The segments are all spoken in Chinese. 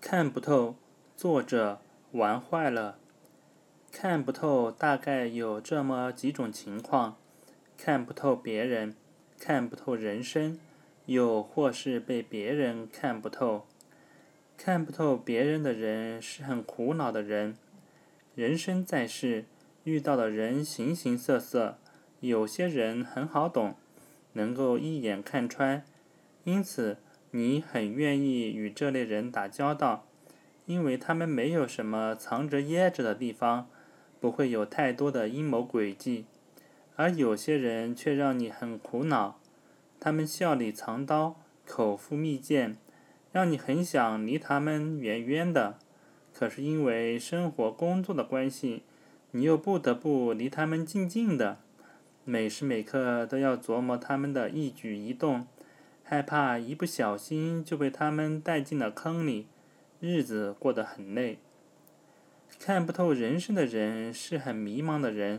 看不透，作者玩坏了。看不透大概有这么几种情况：看不透别人，看不透人生，又或是被别人看不透。看不透别人的人是很苦恼的人。人生在世，遇到的人形形色色，有些人很好懂，能够一眼看穿，因此你很愿意与这类人打交道，因为他们没有什么藏着掖着的地方，不会有太多的阴谋诡计。而有些人却让你很苦恼，他们笑里藏刀，口腹蜜饯，让你很想离他们远远的。可是因为生活工作的关系，你又不得不离他们近近的，每时每刻都要琢磨他们的一举一动，害怕一不小心就被他们带进了坑里，日子过得很累。看不透人生的人是很迷茫的人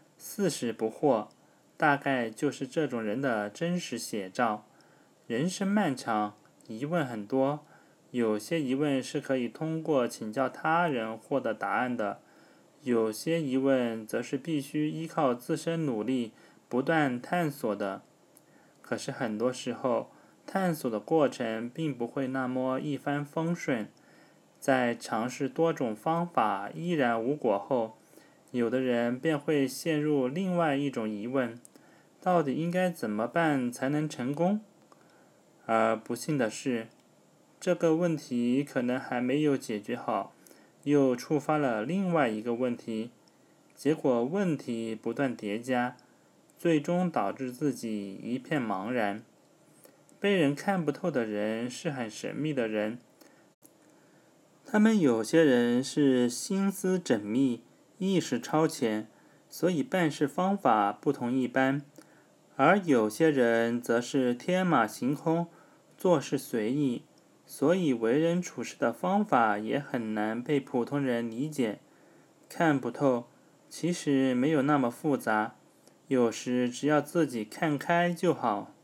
，40不惑，大概就是这种人的真实写照。人生漫长，疑问很多，有些疑问是可以通过请教他人获得答案的，有些疑问则是必须依靠自身努力不断探索的。可是很多时候，探索的过程并不会那么一帆风顺，在尝试多种方法依然无果后，有的人便会陷入另外一种疑问：到底应该怎么办才能成功？而不幸的是，这个问题可能还没有解决好，又触发了另外一个问题，结果问题不断叠加，最终导致自己一片茫然。被人看不透的人是很神秘的人，他们有些人是心思缜密，意识超前，所以办事方法不同一般；而有些人则是天马行空，做事随意，所以为人处事的方法也很难被普通人理解。看不透，其实没有那么复杂，有时只要自己看开就好。